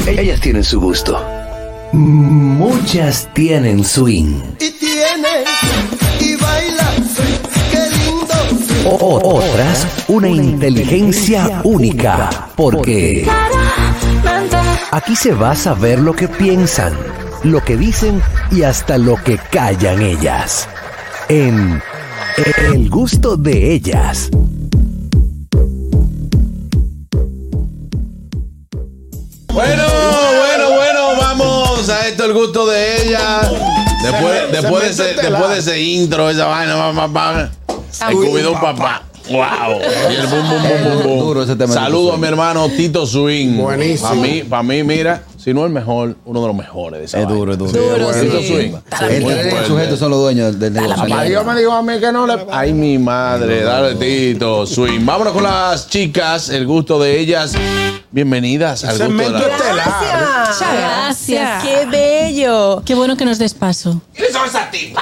Ellas tienen su gusto. Muchas tienen swing. Y tiene, y baila, qué lindo. Otras, una inteligencia única. Porque aquí se va a saber lo que piensan, lo que dicen y hasta lo que callan ellas. En El Gusto de Ellas. Bueno, vamos a esto, El Gusto de Ella. Después de ese intro, esa vaina, Scooby-Doo, papá. Wow. Y el boom, boom, boom, boom, boom. Duro ese tema. Saludo a mi hermano Tito Swing. Buenísimo. Para mí, mira, si no el mejor, uno de los mejores de esa Es vaina. duro, es duro. Duro, sí. Tito Swing. El sujeto son los dueños del negocio. Papá Dios me dijo a mí que no le... Ay, mi madre, dale Tito Swing. Vámonos con las chicas, El Gusto de Ellas. Bienvenidas al Gusto de Segmento la... estelar. Muchas gracias. ¡Qué bello! Qué bueno que nos des paso. ¿Quiénes son esas tipas?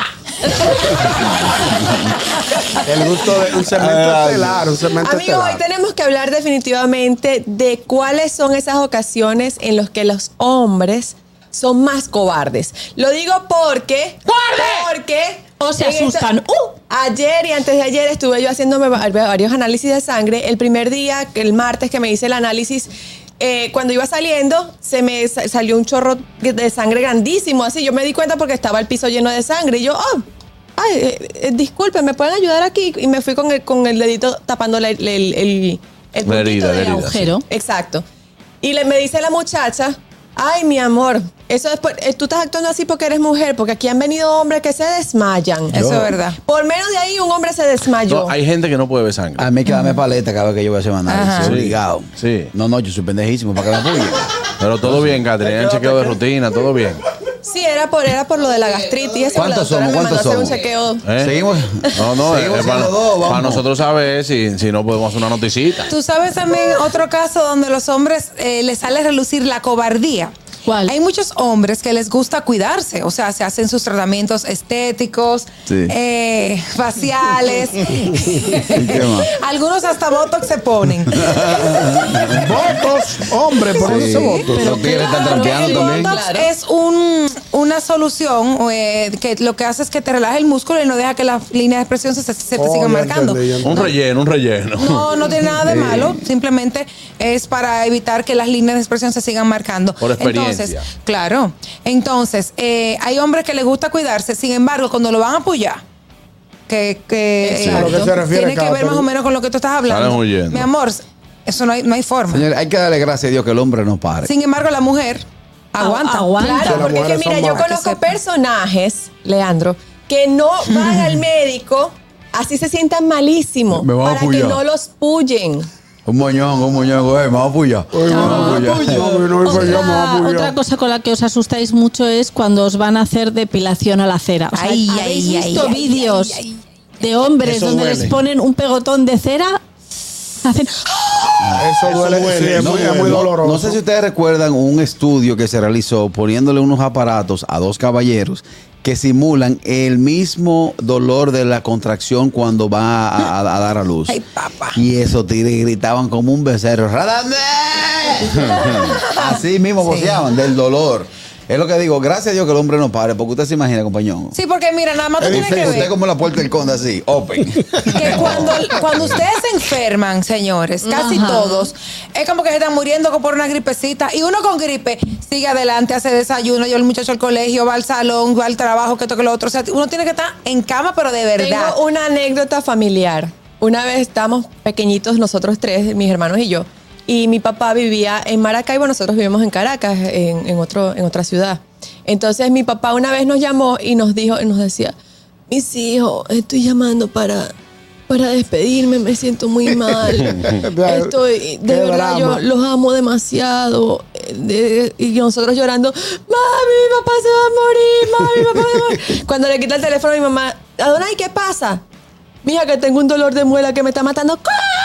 El gusto de un segmento estelar, un segmento Amigos, hoy estelar. tenemos que hablar definitivamente de cuáles son esas ocasiones en las que los hombres son más cobardes. Lo digo porque... O se en esta- asustan. Ayer y antes de ayer estuve yo haciéndome varios análisis de sangre. El primer día, el martes que me hice el análisis, cuando iba saliendo, se me salió un chorro de sangre grandísimo. Así, yo me di cuenta porque estaba el piso lleno de sangre. Y yo, disculpen, ¿me pueden ayudar aquí? Y me fui con el dedito tapando el puntito herida, del la herida, agujero. Exacto. Y me dice la muchacha, ay, mi amor, eso después, tú estás actuando así porque eres mujer, porque aquí han venido hombres que se desmayan. Eso es verdad. Por menos de ahí un hombre se desmayó. No, hay gente que no puede ver sangre. A mí hay que darme paleta cada vez que yo voy a hacer un análisis. Ajá. Obligado. Sí. No, yo soy pendejísimo para que me apoyen. Pero todo bien, Catherine. Han chequeo de rutina, todo bien. Sí, era por lo de la gastritis. Eso, ¿Cuántos la doctora somos? me mandó a ¿Cuántos hacer un somos? chequeo. ¿Eh? Seguimos. No, Seguimos es para, siendo dos, vamos. para nosotros saber si no podemos hacer una noticita. Tú sabes también otro caso donde los hombres les sale a relucir la cobardía. ¿Cuál? Hay muchos hombres que les gusta cuidarse, o sea, se hacen sus tratamientos estéticos, Sí. faciales. ¿Qué más? Algunos hasta botox se ponen. Votos, hombre, por eso se votó. Los tigres están trampeando El también. botox es una solución que lo que hace es que te relaja el músculo y no deja que las líneas de expresión se te sigan marcando. Un relleno. No tiene nada de malo, simplemente es para evitar que las líneas de expresión se sigan marcando. Por experiencia. Entonces, claro. Entonces, hay hombres que les gusta cuidarse, sin embargo, cuando lo van a apoyar, Exacto. A lo que se refiere, tiene que ver Catherine. más o menos con lo que tú estás hablando. Salen huyendo. Mi amor, eso no hay forma. Señores, hay que darle gracias a Dios que el hombre no pare. Sin embargo, la mujer aguanta. Aguanta. Claro, las porque es que mujeres mira, son yo más. conozco personajes, Leandro, que no van al médico, así se sientan malísimos, Me van a para que pullar. no los pullen. Un moñón, me va a apoyar. Otra cosa con la que os asustáis mucho es cuando os van a hacer depilación a la cera. O sea, Ay, ¿habéis ay, visto ay, vídeos de hombres Eso donde duele. les ponen un pegotón de cera? Hacen... Eso duele, sí, es muy doloroso. No sé si ustedes recuerdan un estudio que se realizó poniéndole unos aparatos a dos caballeros que simulan el mismo dolor de la contracción cuando va a dar a luz. Ay, papá. Y esos tigres gritaban como un becerro. ¡Radamé! Así mismo voceaban del dolor. Es lo que digo, gracias a Dios que el hombre no pare, porque usted se imagina, compañero. Sí, porque mira, nada más tú tienes que Usted ver como la puerta del conde así, open. que cuando ustedes se enferman, señores, casi todos, es como que se están muriendo por una gripecita y uno con gripe sigue adelante, hace desayuno, lleva el muchacho al colegio, va al salón, va al trabajo, que esto, que lo otro. O sea, uno tiene que estar en cama, pero de verdad. Tengo una anécdota familiar. Una vez estábamos pequeñitos, nosotros tres, mis hermanos y yo, y mi papá vivía en Maracaibo, nosotros vivimos en Caracas, en otra ciudad. Entonces mi papá una vez nos llamó y nos decía, mis hijos, estoy llamando para despedirme, me siento muy mal. De verdad, yo los amo demasiado. Y nosotros llorando, mami, mi papá se va a morir, mami, mi papá se va a morir. Cuando le quita el teléfono a mi mamá, Adonai, ¿qué pasa? Mija, que tengo un dolor de muela que me está matando.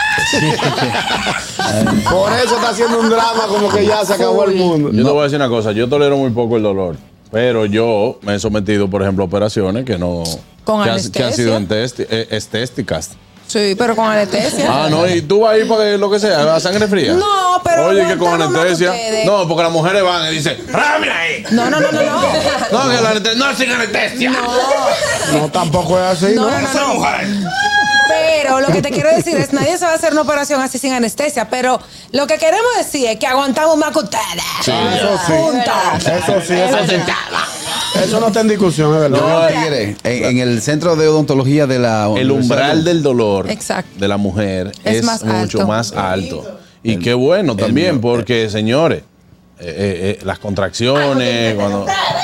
Por eso está haciendo un drama como que ya se acabó el mundo. Yo te voy a decir una cosa, yo tolero muy poco el dolor, pero yo me he sometido, por ejemplo, a operaciones que no Con que han anestesia. sido estéticas. Sí, pero con anestesia. Ah, no, y tú vas a ir para lo que sea, a sangre fría. No, pero Oye, que con aguantamos más anestesia. ustedes. No, porque las mujeres van y dicen, ¡rámela ahí! No. No, que la anestesia, no, sin anestesia. No, tampoco es así, ¿no? Pero lo que te quiero decir es, nadie se va a hacer una operación así sin anestesia, pero lo que queremos decir es que aguantamos más que ustedes. Sí, Eso sí. Punto. Eso sí. Eso no está en discusión, es verdad. No, tigre, en el centro de odontología de la El umbral del dolor Exacto. de la mujer Es es más mucho alto. más alto. Y qué bueno también, mío. porque, señores, las contracciones, cuando...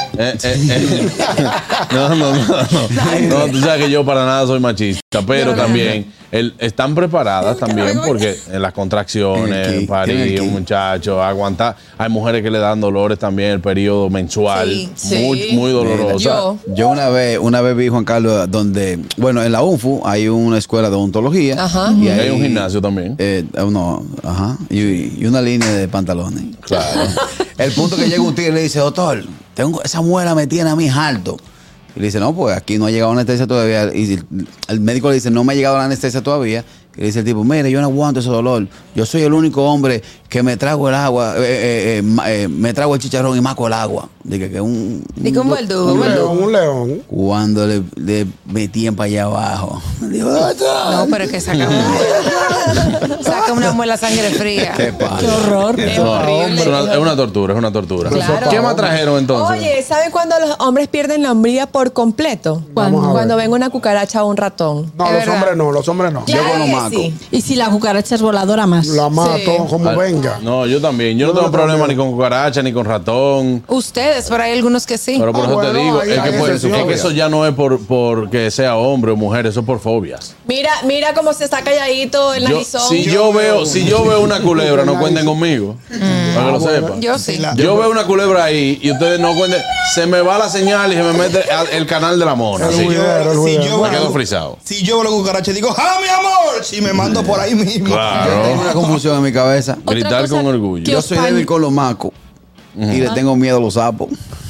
No, tú sabes que yo para nada soy machista, pero también están preparadas también porque en las contracciones, Tienen que parir, ir. un muchacho, aguantar. Hay mujeres que le dan dolores también el periodo mensual, Sí. muy doloroso. Yo. Yo una vez vi, Juan Carlos, donde, bueno, en la UNFU hay una escuela de odontología. Ajá. Y hay un gimnasio también. Y una línea de pantalones. Claro. El punto que llega un tigre y le dice, doctor, esa muela me tiene a mí harto. Y le dice, no, pues aquí no ha llegado la anestesia todavía. Y el médico le dice, no me ha llegado la anestesia todavía. Y le dice el tipo, mire, yo no aguanto ese dolor. Yo soy el único hombre que me trago el agua, me trago el chicharrón y maco el agua. Dije que un Un león. Cuando le metían para allá abajo. Dijo, doctor. No, pero es que saca una muela sangre fría. ¿Qué pasa? Qué horror. Es No, horrible. es una tortura, es una tortura. Claro. ¿Qué más trajeron entonces? Oye, ¿saben cuando los hombres pierden la hombría por completo? Vamos a ver. Cuando ven una cucaracha o un ratón. No, Es verdad. los hombres no. Yo con los macos. Sí. Y si la cucaracha es voladora más. La mato Sí. como Ah, venga. No, yo también. Yo no tengo problema ni con cucaracha ni con ratón. Ustedes, pero hay algunos que sí. Pero por Ah, eso te bueno, digo, hay es que excepciones. eso ya no es por que sea hombre o mujer, eso es por fobias. Mira cómo se está calladito el Yo, narizón. si yo veo una culebra, no cuenten conmigo. Para que lo sepan. Yo sí. Yo veo una culebra ahí y ustedes no cuenten. Se me va la señal y se me mete el canal de la mona. El así. juidero, el juidero. Me quedo frisado. Si yo veo la cucaracha digo, ¡ah, mi amor! Si me mando por ahí mismo. Yo tengo Claro. una confusión en mi cabeza. Otra Gritar cosa con orgullo. que Yo os soy pan- débil con los macos y le tengo miedo a los sapos.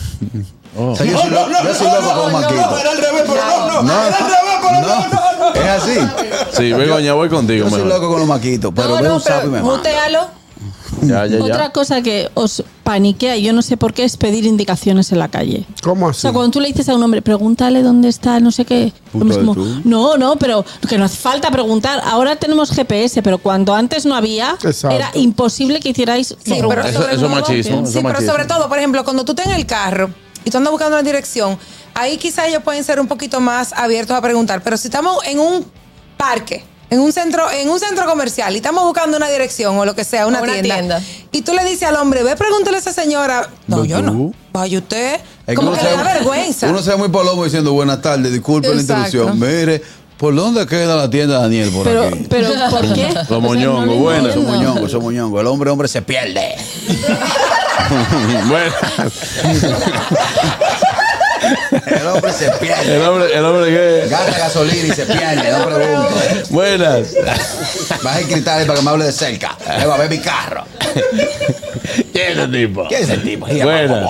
O sea, yo soy loco con los maquitos. Era al revés, pero no. No, Era al revés, pero no. Es así. Sí, Begoña, voy contigo. Yo soy mejor. loco con los maquitos, pero No, veo no, un sapo y me pero mata. mutealo. Ya. Otra cosa que os paniquea, y yo no sé por qué, es pedir indicaciones en la calle. ¿Cómo O así? sea, cuando tú le dices a un hombre, pregúntale dónde está, no sé qué. Punto hombre es de como, tú. no, pero que no hace falta preguntar. Ahora tenemos GPS, pero cuando antes no había, Exacto. era imposible que hicierais. Sí, pero Eso es machismo. Sí, pero sobre todo, por ejemplo, cuando tú estás en el carro y tú andas buscando una dirección, ahí quizás ellos pueden ser un poquito más abiertos a preguntar. Pero si estamos en un parque, en un centro comercial y estamos buscando una dirección o lo que sea, una Una tienda, tienda. y tú le dices al hombre, ve, pregúntale a esa señora. No, ¿No yo tú? no. Vaya usted. Es que Como uno que le se- da vergüenza. Uno se ve muy palomo diciendo buenas tardes, disculpe la Exacto. interrupción. Mire, ¿por dónde queda la tienda de Daniel por aquí? Pero, ¿por qué? Los moñongos, no lo bueno. Son entiendo. moñongos, son moñongos. El hombre se pierde. Bueno, El hombre se pierde. el hombre que. Gasta gasolina y se pierde, no pregunto. Buenas. Vas a gritarle para que me hable de cerca. Me va a ver mi carro. ¿Quién es ese tipo? ¿Quién es el tipo? Buenas.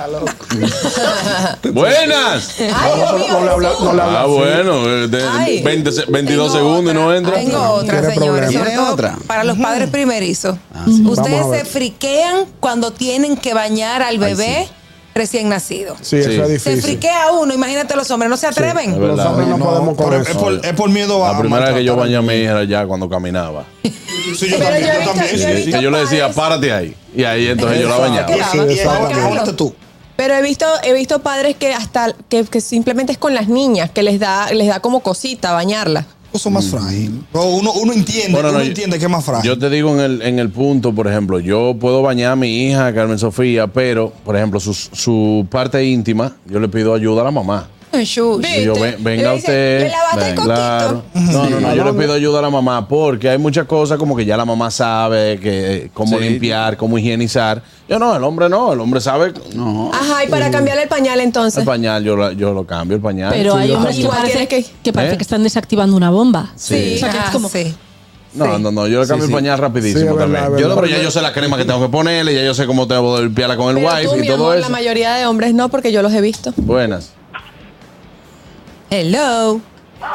Buenas. No le habla Ah, así. bueno. Ay. 22 segundos y no entra. Tengo otra, ¿Tiene señores. problema? Sobre ¿Tiene todo otra? para los padres primerizos. sí. Vamos Ustedes a ver. se friquean cuando tienen que bañar al bebé recién nacido. Sí, eso Sí. es Se difícil. friquea uno, imagínate los hombres, no se atreven. es Los verdad. hombres no podemos con Pero eso. es por miedo a. La primera vez que yo bañé a mi maltratar hija era ya cuando caminaba. Sí, yo Pero también. yo he Yo visto- también. yo he sí, visto sí. Que yo le decía, padres- párate ahí. Y ahí entonces yo la bañaba. Quedaba. Sí, Y exactamente. ahora tú. Pero he visto padres que hasta que simplemente es con las niñas, que les da como cosita bañarla. Eso es más frágil. Pero uno entiende, Bueno, no, uno entiende que es más frágil. Yo te digo en el punto, por ejemplo, yo puedo bañar a mi hija, Carmen Sofía, pero, por ejemplo, su parte íntima, yo le pido ayuda a la mamá. Shush. Y yo, venga Le dice, usted. "Le lavaste el Claro. coquito". No, yo le pido ayuda a la mamá porque hay muchas cosas como que ya la mamá sabe que cómo Sí. limpiar, cómo higienizar. Yo no, el hombre sabe. No. Ajá, y para cambiarle el pañal entonces. El pañal, yo lo cambio, el pañal. Pero hay hombres que Igual parece, tienes que parece ¿Eh? que están desactivando una bomba. Sí. O sea, que es como, sí. No, yo le cambio Sí, el pañal rapidísimo Sí, es verdad, también. es verdad. Pero ya yo sé la crema que tengo que ponerle, ya yo sé cómo tengo que limpiarla con el Pero wife tú, y mi todo amor, eso. la mayoría de hombres no, porque yo los he visto. Buenas. Hello.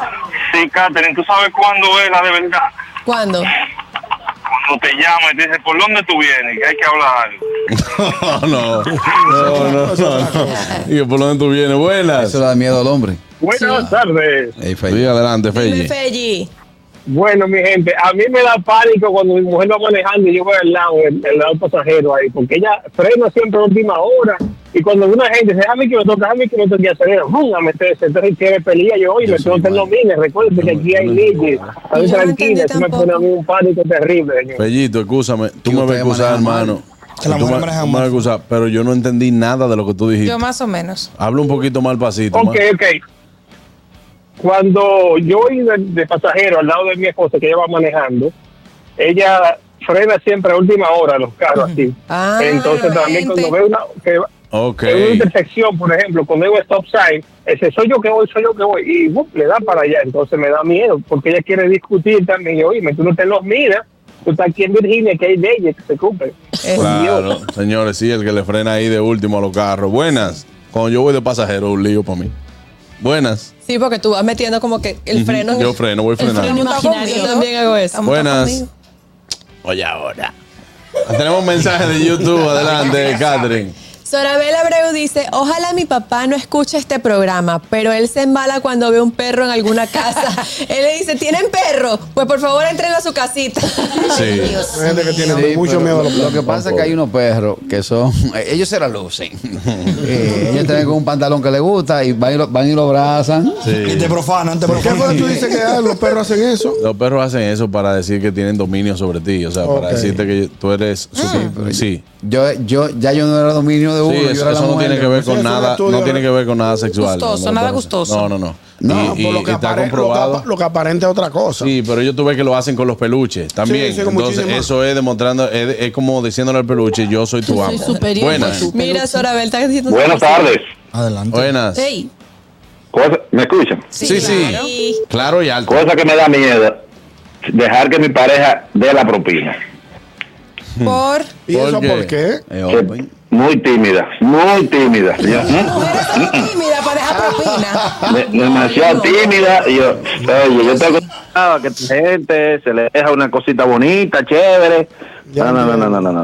Sí, Catherine, ¿tú sabes cuándo es la de verdad? ¿Cuándo? Cuando te llama y te dice, ¿por dónde tú vienes? Que hay que hablar algo. No. Y por dónde tú vienes. Buenas. Eso le da miedo al hombre. Buenas tardes. Ey, Sí, adelante, Dime, Feji. Feji. Bueno, mi gente, a mí me da pánico cuando mi mujer va manejando y yo voy al lado, el lado pasajero ahí, porque ella frena siempre a última hora. Y cuando una gente dice, déjame que me toque, y acelera, a meterse, entonces quiere pelea, yo, oye, me tengo que no mines, recuerden que aquí hay niños, Yo no tranquila, eso me entendí pone a mí un pánico terrible, señor. Fellito, escúchame. Tú me vas a ustedes excusar, manejan mal. hermano. Que la Tú mujer me maneja vas a mal. excusar, pero yo no entendí nada de lo que tú dijiste. Yo más o menos. Habla un poquito más pasito. Ok. Cuando yo voy de pasajero al lado de mi esposa, que ella va manejando, ella frena siempre a última hora los carros así. Ah, Entonces también gente. cuando ve Ok. en una intersección, por ejemplo, cuando veo stop sign, ese soy yo que voy, y le da para allá. Entonces me da miedo, porque ella quiere discutir también. Y oye, tú no te los miras, tú estás aquí en Virginia, que hay leyes que se cumplen. Claro, señores, sí, el que le frena ahí de último a los carros. Buenas. Cuando yo voy de pasajero, un lío para mí. Buenas. Sí, porque tú vas metiendo como que el freno. Yo freno, voy freno frenando. imaginario. Yo también hago eso. Buenas. Oye, ahora. Tenemos un mensaje de YouTube. Adelante, Catherine. Sorabel Abreu dice, ojalá mi papá no escuche este programa, pero él se embala cuando ve un perro en alguna casa. Él le dice, ¿tienen perro? Pues por favor entren a su casita. Sí. Hay gente que tiene Sí, mucho pero miedo a los Lo perros. que pasa es que hay unos perros que son. Ellos se la lucen. Ellos tienen con un pantalón que les gusta y van y lo abrazan. Y te profanan, te ¿Por qué profanan. tú dices que los perros hacen eso? Los perros hacen eso para decir que tienen dominio sobre ti. O sea, para Ok. decirte que tú eres su. Sí. Yo no era dominio de uno, Sí, yo eso, era la eso no mujer. tiene que ver Sí, con es un nada, estudio, no tiene que ver con nada sexual. Gustoso, no, nada no, gustoso. No. No, y por lo que está aparenta, comprobado. lo que aparenta es otra cosa. Sí, pero yo tuve que lo hacen con los peluches también. Sí, con Entonces, muchísimas. eso es demostrando, es como diciéndole al peluche, yo soy tu Yo soy amo. superior. Buenas. Mira, Sorabel está diciendo... Buenas tardes. Adelante. Buenas. Ey, ¿Me escuchan? Sí, sí. Claro y alto. Cosa que me da miedo, dejar que mi pareja dé la propina. Por ¿Y eso ¿Por por qué? Muy tímida, muy tímida. mujeres son tímidas para dejar propina. Demasiado tímida. Y yo estoy acostumbrado a que la gente se le deja una cosita bonita, chévere. No.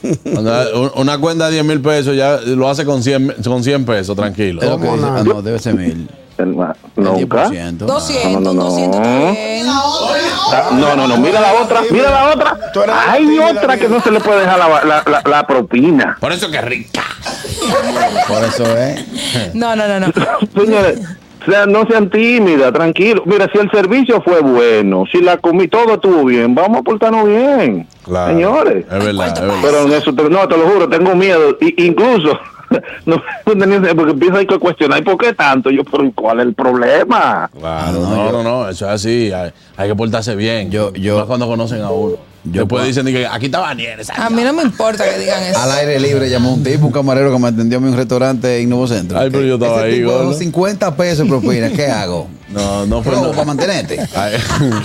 Una cuenta de 10,000 pesos ya lo hace con 100 pesos, tranquilo. Es lo que dice. Ah, no, debe ser 1,000. El Nunca. 10%. 200, No. 200 también. No, mira la otra, Tú eres Hay tímida, otra que mira. no se le puede dejar la propina. Por eso que es rica. Por eso es. No. Señores, o sea, no sean tímidas, tranquilo. Mira, si el servicio fue bueno, si la comida, todo estuvo bien, vamos a portarnos bien. Claro. Señores. Es verdad, es verdad. Pero en eso, te lo juro, tengo miedo. Incluso, no, porque empiezo a cuestionar, ¿por qué tanto? Yo, ¿pero cuál es el problema? Claro, no, eso es así. Hay que portarse bien. Yo- Más cuando conocen a uno. Después dicen que aquí está Daniel. A mí no me importa que digan eso. Al aire libre llamó un tipo, un camarero que me atendió en un restaurante en Nuevo Centro. Ay, pero yo estaba Ese ahí, tipo gordo. dejó 50 pesos de propina. ¿Qué hago? No fue Robo nada. para mantenerte. Ay.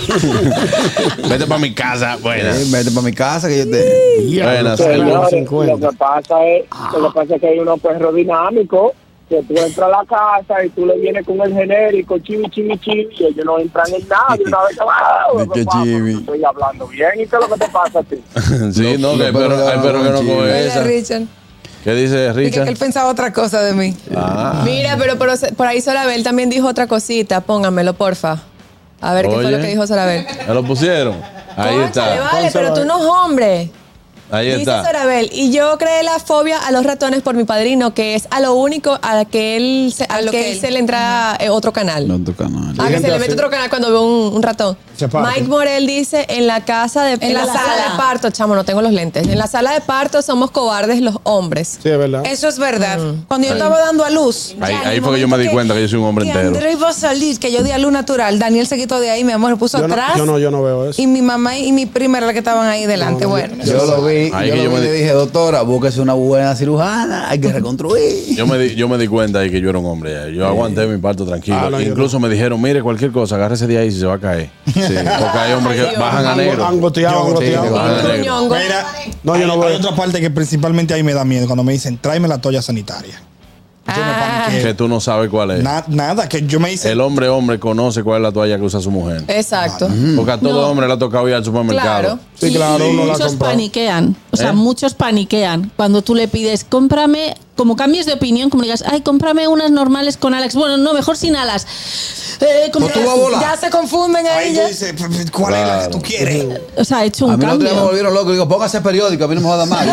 Vete para mi casa. Buenas. Vete para mi casa que yo te. Buenas. Señores, 50. lo que pasa es que hay unos perros dinámicos que tú entras a la casa y tú le vienes con el genérico chivi y ellos no entran en nada de una vez ¿De qué chivi? estoy hablando bien. ¿Y qué es lo que te pasa a ti? Sí, no, que hay perros que no cogen Mira, esa. Richard. ¿Qué dice Dije Richard? que él pensaba otra cosa de mí. Mira, pero por ahí Sorabel también dijo otra cosita. Pónganmelo, porfa. A ver qué fue Oye. lo que dijo Sorabel. ¿Me lo pusieron? Ahí Cónchale, está. vale, pero tú no es hombre. Ahí Dice está. Sorabel, y yo creé la fobia a los ratones por mi padrino, que es a lo único a que él se le entra otro canal. No, tu canal. Ah, que se le mete otro canal cuando ve un ratón. Se parte. Mike Morel dice, en la casa de... En la sala de parto, chamo, no tengo los lentes. En la sala de parto somos cobardes los hombres. Sí, es verdad. Eso es verdad. Cuando yo estaba dando a luz. Ahí- ya en ahí el fue que yo me di momento cuenta que yo soy un hombre que entero. Andrés iba a salir, que yo di a luz natural. Daniel se quitó de ahí, mi amor, se puso Yo no, atrás. yo no veo eso. Y mi mamá y mi prima eran las que estaban ahí delante. Bueno. Yo lo vi, Ahí yo que lo yo vi me y le di- dije, doctora, búsquese una buena cirujana, hay que reconstruir. Yo me di cuenta de que yo era un hombre. Ya. Yo aguanté mi parto tranquilo. Ah, no, yo Incluso me dijeron, mire, cualquier cosa, agárrese de ahí si se va a caer. Sí, porque hay hombres que bajan a negro. Angoteado. bajan a negro. Ñongo. Mira, No, yo no hay veo. otra parte que principalmente ahí me da miedo cuando me dicen, tráeme la toalla sanitaria. Yo me paniqueo. Que tú no sabes cuál es. Nada, que yo me hice. El hombre conoce cuál es la toalla que usa su mujer. Exacto. Porque a todo hombre le ha tocado ir al supermercado. Claro. Sí, claro, uno la Muchos compra. paniquean. O sea, muchos paniquean. Cuando tú le pides, cómprame, como cambies de opinión, como digas, ay, cómprame unas normales con alas. Bueno, no, mejor sin alas. Pues tú vas a volar. Ya se confunden ahí. Ahí tú dices, ¿cuál es la que tú quieres? O sea, ha hecho A un mí no me cambio. volvieron loco. Digo, póngase periódico, a mí no me joda más.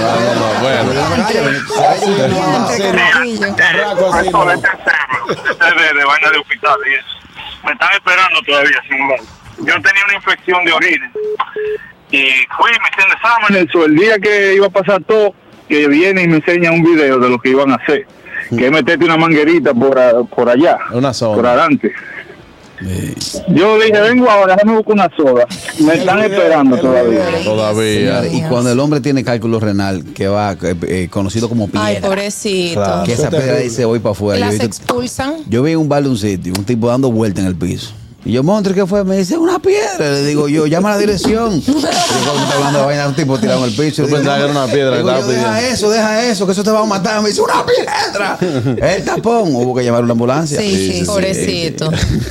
Carraco así, ¿no? de vaina de hospital y eso. Me están esperando todavía, sin embargo. Yo tenía una infección de orina y fui, me hicieron exámenes. El día que iba a pasar todo, que viene y me enseña un video de lo que iban a hacer, que es meterte una manguerita por allá, Una soda. por adelante. Yo dije, vengo ahora, déjame buscar una soda. Me están esperando todavía. Todavía. Y cuando el hombre tiene cálculo renal, que va conocido como piedra, Ay, pobrecito. que esa piedra dice voy para afuera. Las Yo, expulsan. yo vi un bar de un sitio, un tipo dando vuelta en el piso. Y yo, Montre, ¿qué fue? Me dice, una piedra. Le digo, yo, llama a la dirección. Y yo, cuando está hablando de vaina, un tipo tirado en el piso. Tú pensabas que era una piedra que Digo, estaba yo, pidiendo. deja eso, que eso te va a matar. Me dice, una piedra. El tapón. Hubo que llamar a una ambulancia. Sí. Pobrecito.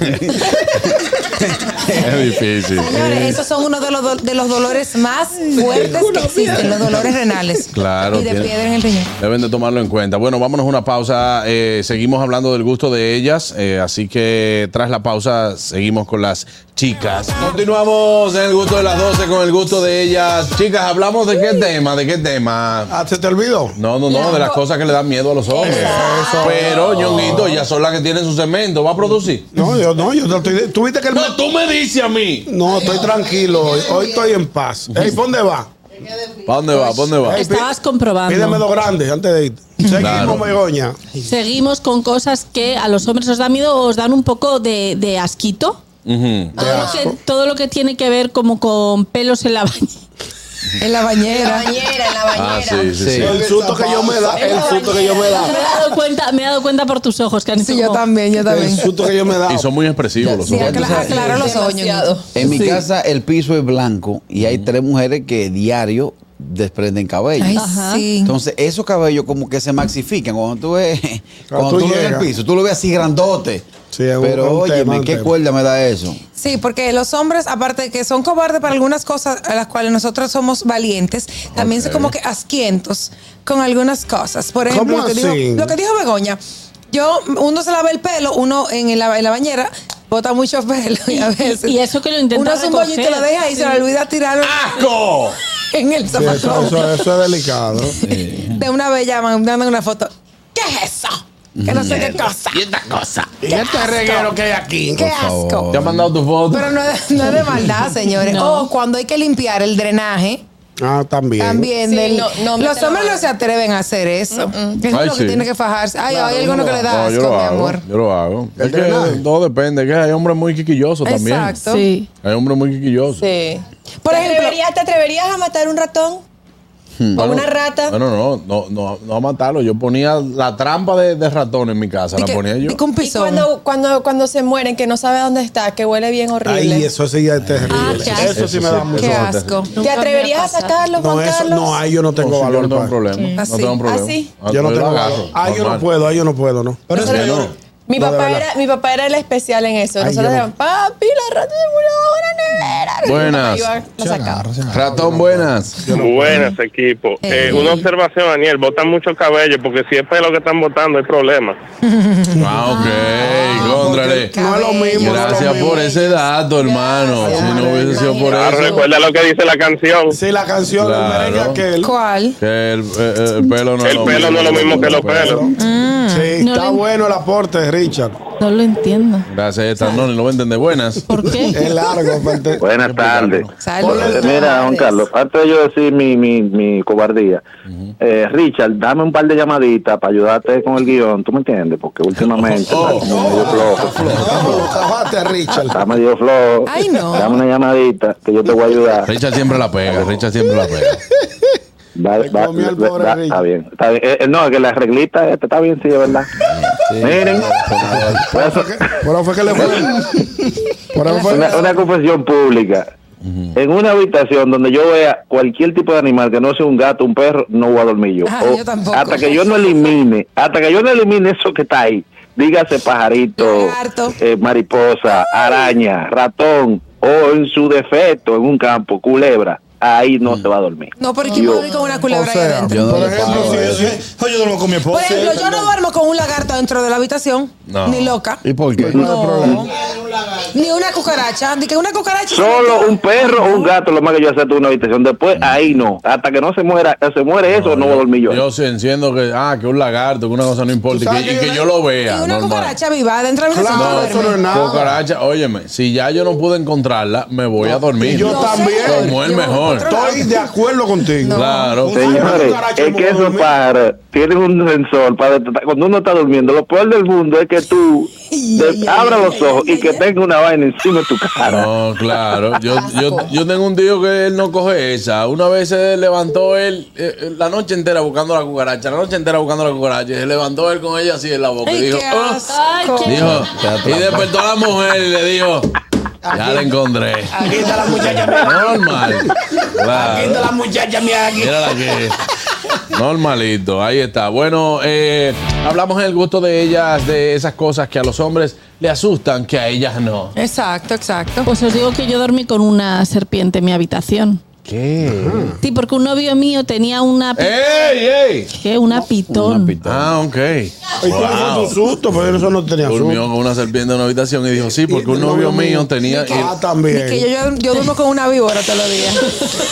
Es difícil. Señores, esos son uno de los dolores más fuertes que existen, los dolores renales. Claro. Y de tiene- piedra en el riñón. Deben de tomarlo en cuenta. Bueno, vámonos a una pausa. Seguimos hablando del gusto de ellas. Así que tras la pausa seguimos con las chicas. Continuamos en el gusto de las 12 con el gusto de ellas. Chicas, ¿hablamos de qué tema? ¿De qué tema? Ah, ¿se te olvidó? No, de las cosas que le dan miedo a los hombres. Pero, Ñonguito, ellas son las que tienen su cemento. ¿Va a producir? No, yo te estoy. ¿Tú viste que el No, tú me dices a mí. No, estoy tranquilo hoy. Hoy estoy en paz. Ey, ¿por dónde va? ¿Para dónde va? ¿Para dónde va? Ey, Estabas Pídeme comprobando. dos grandes antes de irte. Seguimos, Claro. Begoña. Seguimos con cosas que a los hombres os da miedo o os dan un poco de asquito. Ujú. Todo lo que tiene que ver como con pelos en la bañera. En la bañera. Ah, sí, sí, sí. El susto que yo me da, el susto que yo me da. Me he dado cuenta por tus ojos que han hecho Sí, yo como- también. El susto que yo me da. Y son muy expresivos los Sí, hombres. aclara los ojos. Demasiado. En mi casa el piso es blanco y hay 3 mujeres que diario desprenden cabello. Ay, Ajá. sí. Entonces, esos cabellos como que se maxifican. Cuando tú ves, Cuando cuando tú tú lo ves en el llegas. piso, tú lo ves así grandote. Sí, es un- Pero es un oye, tema, un ¿qué tema. cuerda me da eso? Sí, porque los hombres, aparte de que son cobardes para algunas cosas a las cuales nosotros somos valientes, también son como que asquientos con algunas cosas. Por ejemplo, ¿Cómo lo que, así? dijo, lo que dijo Begoña. Uno se lava el pelo, uno en la bañera bota mucho pelo y a veces. Y eso que lo intenta uno hace un bollito y lo deja ahí y se le olvida tirarlo ¡Asco! en el Sí, eso zafacón. es delicado. De una vez llaman, mandan una foto. ¿Qué es eso? Que no sé qué cosa. ¿Y esta cosa? ¿Y este reguero que hay aquí? Qué asco. ¿Te han mandado tu foto? Pero no es de maldad, señores. No. O cuando hay que limpiar el drenaje. Ah, también. También Sí, del- no los meten hombres la no se atreven a hacer eso. Eso es Ay, lo que sí. tiene que fajarse. Ay, Claro, hay alguno que le da No, asco, yo lo mi hago. amor. Yo lo hago. ¿El Es que drenaje? todo depende. Que hay hombres muy quisquillosos también. Exacto. Sí. Hay hombres muy quisquillosos. Sí. Por ejemplo, ¿Te atreverías a matar un ratón? ¿O una rata? Bueno, no a matarlo. Yo ponía la trampa de ratón en mi casa. y La que- ponía yo. y con un Y pisón. cuando se mueren, que no sabe dónde está, que huele bien horrible. Ay, eso sí es terrible. Ah, qué asco. Eso sí me da mucho. Qué asco. ¿Te atreverías a sacarlo, No, Juan eso, Carlos? no, ahí yo no tengo No, sí, yo valor. no tengo para- problema. Así. No tengo problema. Así. Yo no lo tengo agarro, valor. Ahí yo no normal. puedo, ahí yo no puedo, ¿no? Pero es que no. Mi No, de papá verdad. era el especial en eso. Ay, Nosotros yo no. decíamos, papi, la rata de una nevera. Buenas. Y mi papá iba, la sacaba. Ratón, buenas. Buenas, equipo. Una observación, Daniel. Botan mucho cabello porque si es pelo que están botando hay problema. Ah, ok. Contrale. no es lo mismo. no es lo Gracias mismo. por ese dato, hermano. Si no hubiese sido por Claro, eso. recuerda lo que dice la canción. Sí, la canción del Claro. merengue aquel. ¿Cuál? Que el pelo no es El lo pelo no es lo mismo que los pelos. Sí, No está le- bueno el aporte, Richard. No lo entiendo. Gracias, esta no lo venden de buenas. ¿Por qué? Es largo. aparte. Buenas tardes. Saludos. Mira, Juan Carlos, antes de yo decir mi cobardía, Richard, dame un par de llamaditas para ayudarte con el guión, ¿tú me entiendes? Porque últimamente está como medio flojo. Vamos, acabaste, Richard. Está medio flojo. Ay, no. Dame una llamadita que yo te voy a ayudar. Richard siempre la pega, Richard siempre la pega. Le comió al pobre Richard. Está bien. Está bien. No, que la reglita está bien, sí, es verdad. Miren, Por eso fue que le fue. Por eso fue. una confesión pública. en una habitación donde yo vea cualquier tipo de animal que no sea un gato, un perro, no voy a dormir yo. Ah, yo tampoco. Hasta que yo no elimine eso que está ahí. Dígase pajarito, Lagarto. Mariposa, araña, ratón, o en su defecto, en un campo, culebra. Ahí no se va a dormir. No, pero ¿quién va a dormir con una culebra ahí adentro? Yo no Por le ejemplo, pago eso. yo duermo con mi Por esposa. ejemplo, yo no duermo con un lagarto dentro de la habitación. No. Ni loca. ¿Y por qué? No. Ni una cucaracha. Ni que una cucaracha. Solo un perro o un gato, lo más que yo acepto en una habitación. Después, ahí no. Hasta que no se muere eso, no voy a dormir yo. Yo sí enciendo que un lagarto, que una cosa no importa, ¿Tú sabes y que que yo lo vea. Y una normal. cucaracha viva dentro de la habitación. Claro, tú eso no es duermes. nada. Cucaracha, óyeme, si ya yo no pude encontrarla, me voy a dormir. Y yo No, también. señor. Como el Yo mejor. Estoy de acuerdo contigo. Claro. Señores, es que esos pájaros tienen un sensor para detectar. Cuando uno está durmiendo, lo peor del mundo es que tú abras los ojos y que tenga una vaina encima de tu cara. No, claro. Yo tengo un tío que él no coge esa. Una vez se levantó él la noche entera buscando la cucaracha. Y se levantó él con ella así en la boca. Ay, Y dijo, qué "Ah". asco. Ay, qué- Dijo, y despertó a la mujer y le dijo, ya la encontré. Aquí está la muchacha mía. Normal. Claro. Aquí está la muchacha mía. Aquí. Mira la que. Normalito, ahí está. Bueno, hablamos en el gusto de ellas, de esas cosas que a los hombres le asustan, que a ellas no. Exacto, exacto. Pues os digo que yo dormí con una serpiente en mi habitación. ¿Qué? Sí, porque un novio mío tenía una... ¡Ey! ¿Qué? Una pitón. Ah, ok. ¿Y cuál fue tu susto? Pero eso no tenía Durmió susto. con una serpiente en una habitación y dijo, sí, porque Y un el novio novio mío mío tenía... Ah, también. Que yo duermo con una víbora todos los días.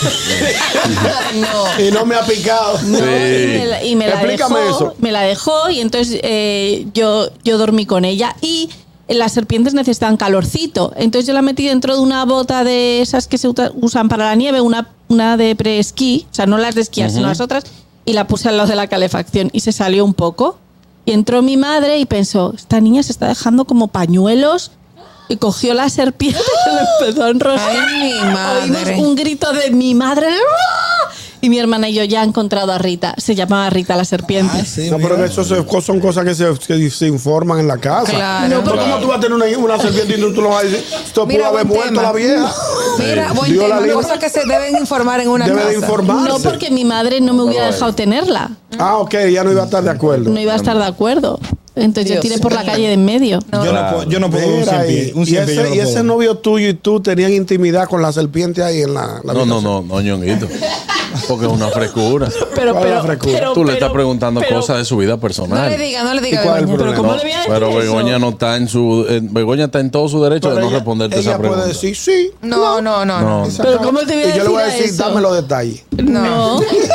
No. Y no me ha picado. No, y me la Explícame dejó, eso. me la dejó y entonces yo dormí con ella y las serpientes necesitan calorcito. Entonces yo la metí dentro de una bota de esas que se usan para la nieve, una de pre-esquí, o sea, no las de esquiar, sino las otras, y la puse al lado de la calefacción y se salió un poco. Y entró mi madre y pensó, esta niña se está dejando como pañuelos. Y cogió la serpiente y le empezó a enroscar. Ay, mi madre. Oímos un grito de mi madre. ¡Ah! Y mi hermana y yo ya he encontrado a Rita. Se llamaba Rita la serpiente. No, pero eso son cosas que se informan en la casa. Claro. No, pero ¿cómo tú vas a tener una serpiente y tú lo vas a decir? Esto pudo haber buen muerto tema. la vieja. Mira, buen Dios la tema. libre. Cosas que se deben informar en una Debe de casa. informarse. No, porque mi madre no me hubiera dejado tenerla. Ah, ok, ya no iba a estar de acuerdo. No iba a estar de acuerdo. Entonces yo Dios tiré por la mío. calle de en medio. Yo no puedo un Mira, cien y pie, yo no ese puedo. novio tuyo y tú tenían intimidad con la serpiente ahí en la No, ñonguito. Porque es una frescura. Pero, ¿Cuál es la frescura? Tú le estás preguntando pero- cosas de su vida No personal. le diga, ¿Y cuál es el Begoña. problema? ¿Cómo le voy a decir Pero eso? Begoña no está en su... Begoña está en todo su derecho de no ella, responderte ella esa pregunta. puede decir sí. No. No. Y se Pero acabó. ¿cómo te voy a Y yo le voy a decir decir, eso? dame los detalles. No.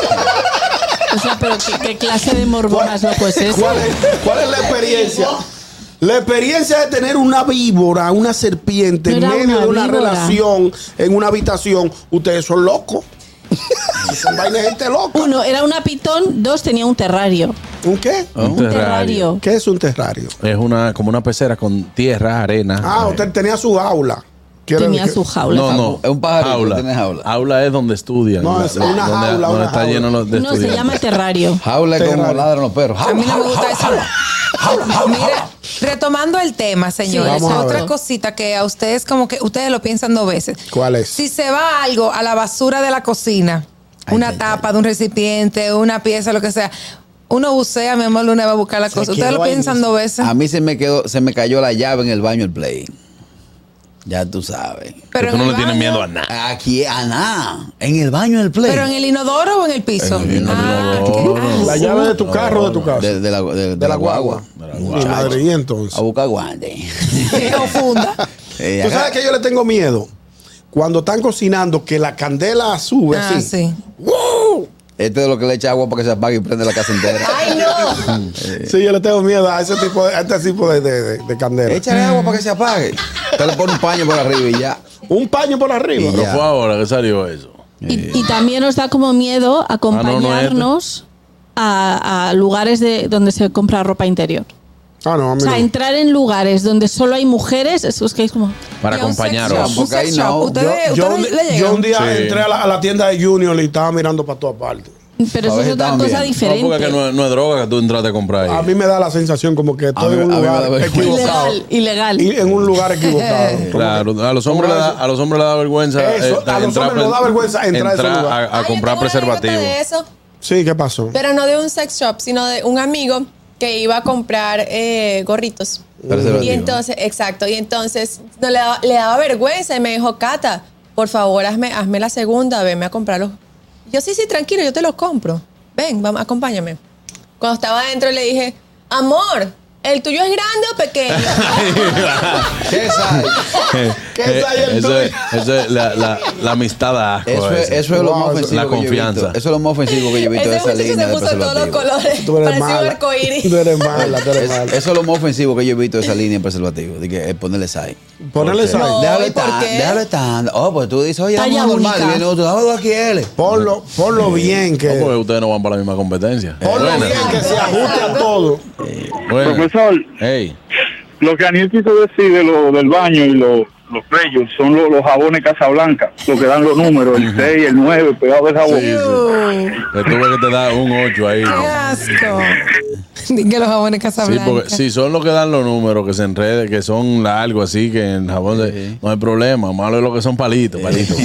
O sea, pero ¿qué clase de morbonas loco es eso? ¿Cuál es la experiencia? La experiencia de tener una víbora, una serpiente No en era medio de una víbora. relación, en una habitación, ustedes son locos. Son vainas de gente loca. Uno, era una pitón. Dos, tenía un terrario. ¿Un qué? Un terrario. ¿Qué es un terrario? Es como una pecera con tierra, arena. Ah, usted tenía su jaula. ¿Quiere Tenía que- su jaula. No. Es un pajarito, Jaula. tiene jaula. Jaula es donde estudian. No, es una jaula, Donde una está jaula. lleno de No, se estudiantes. llama terrario. Jaula es como Terrario. ladran los perros. A mí no me gusta eso. Mira, retomando el tema, señores, vamos a otra ver. cosita que a ustedes como que ustedes lo piensan dos veces. ¿Cuál es? Si se va algo a la basura de la cocina, una tapa de un recipiente, una pieza, lo que sea, uno bucea, mi amor, una va a buscar la cosa. Ustedes quedó lo ahí piensan mismo. dos veces. A mí se me cayó la llave en el baño del play. Ya tú sabes. Pero tú en no el le tienes baño- miedo a nada. Aquí a nada. En el baño del play. ¿Pero en el inodoro o en el piso? En el qué inodoro. La asco. llave de tu carro o de tu casa. de la guagua. Mi madre, y entonces. A buscar guante. Qué profunda. ¿Tú sabes que yo le tengo miedo? Cuando están cocinando, que la candela sube Ah, así. sí. ¡Wow! Este es lo que le echa agua para que se apague y prende la casa entera. Ay, no. Sí, yo le tengo miedo a ese tipo de, de candela. Échale agua para que se apague. Te le pone un paño por arriba y ya. Un paño por arriba. Pero Ya. fue ahora que salió eso. Y también nos da como miedo acompañarnos a lugares donde se compra ropa interior. Ah, no, a O mí sea, no. entrar en lugares donde solo hay mujeres, eso es que es como... Para Y a un sex acompañaros. shop, un Porque ahí sex no. shop. ¿Ustedes Yo le llegan? un día Sí. entré a la tienda de Junior y estaba mirando para todas partes. Pero eso A ver es si otra estaban cosa bien. diferente. No, porque no es droga que tú entraste a comprar ahí. A mí me da la sensación como que estoy A mí- en un a mí me da lugar vergüenza. equivocado. Ilegal. Y en un lugar equivocado. Claro, a los hombres le da vergüenza. Eso, a los hombres nos da vergüenza entrar a ese lugar. a Ay, yo comprar tengo una anécdota preservativos. de eso, Sí, ¿qué pasó? pero no de un sex shop, sino de un amigo que iba a comprar gorritos. Preservativo. Y entonces, exacto, y entonces no, le daba vergüenza y me dijo, Cata, por favor, hazme la segunda, venme a comprarlos. Yo, sí, tranquilo, yo te los compro. Ven, vamos, acompáñame. Cuando estaba adentro le dije, amor, ¿el tuyo es grande o pequeño? ¿Qué sabe? Eso es la amistad da asco. Eso es lo más ofensivo La que yo he confianza. visto. Eso es lo más ofensivo que yo he visto de Ese esa muchacho línea se de puso todos los preservativo. colores. Tú eres Parecía un mala. arcoíris. Tú eres mala, tú eres mala. Eso es lo más ofensivo que yo he visto de esa línea de preservativo. De que ponerle sal. Ponerle sal. No. Déjalo ¿y por estar, qué? déjalo estar. Oh, pues tú dices, oye, Talla vamos normal. única. Y viene otro, ¿dónde tú quieres? Ponlo bien No, porque que. ustedes no van para la misma competencia. Ponlo Buena. bien que se ajuste a todo. Buena. Profesor, Hey. lo que Aniel quiso decir de lo del baño y los bellos son los jabones Casablanca, lo que dan los números, el 6, el 9, pegado del jabón. Que tú ves que te da un 8 ahí. ¡Qué asco! Que los jabones Sí, Casablanca. porque si son los que dan los números, que se enreden, que son largos así, que en jabón no hay problema. Malo es lo que son palitos. Palitos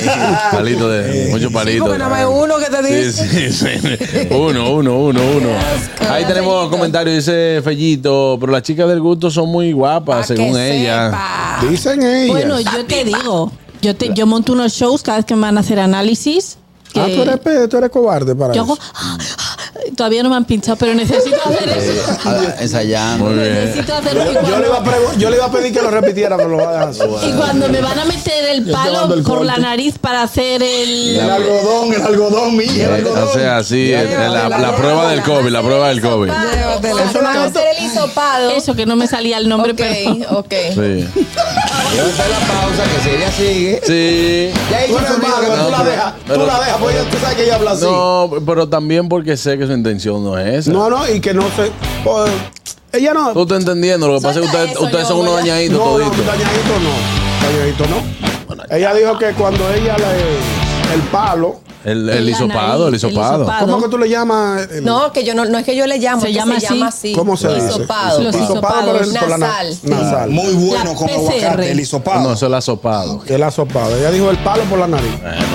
de muchos palitos. porque nada más hay uno que te dice. Sí. Uno. Ahí tenemos comentarios, dice Fellito, pero las chicas del gusto son muy guapas, Pa' según que ella. sepa. Dicen ellas. Bueno, yo te digo, yo monto unos shows cada vez que me van a hacer análisis. Que tú eres cobarde para yo eso. hago, todavía no me han pinchado, pero necesito hacer eso. Ensayando. Muy bien. Necesito hacerlo. Y Yo le iba a pedir que lo repitiera, pero lo va a dejar así. y cuando me van a meter el Yo te mando palo el por corte. la nariz para hacer el... El algodón, mía, el algodón. O sea, así, la prueba del COVID, la prueba del COVID. Llévatela. Eso Van a hacer el hisopado. Eso, que no me salía el nombre, Ok, pero... ok. Sí. Llévate la pausa, que si ella sigue. Sí. Ya Tú eres mala, pero tú la dejas. Tú la dejas, porque tú sabes que ella habla así. No, pero también porque sé que su intención no es esa. No, y que no se. Pues, ella no. Tú estás entendiendo, lo que pasa es que Suelta eso, ustedes yo son unos voy a- dañaditos No, toditos. dañadito no. Ella dijo que cuando ella el palo. El hisopado. ¿Cómo que tú le llamas? No, que yo no es que yo le llamo, Se es que llama se así. llama así. ¿Cómo se dice? Hisopado. Los Hisopado por la Nasal. nasal. Muy bueno La con PCR. aguacate, el hisopado. No, eso es el asopado. El asopado. Ella dijo el palo por la nariz.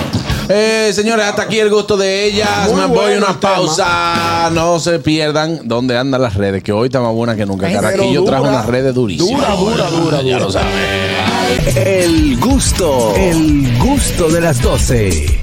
Señores, hasta aquí el gusto de ellas. Muy Me voy bueno a una el tema. pausa. No se pierdan dónde andan las redes, que hoy está más buena que nunca. Ay, Caraquillo pero trajo dura, unas redes durísimas. Dura. Ya lo saben. El gusto de las 12.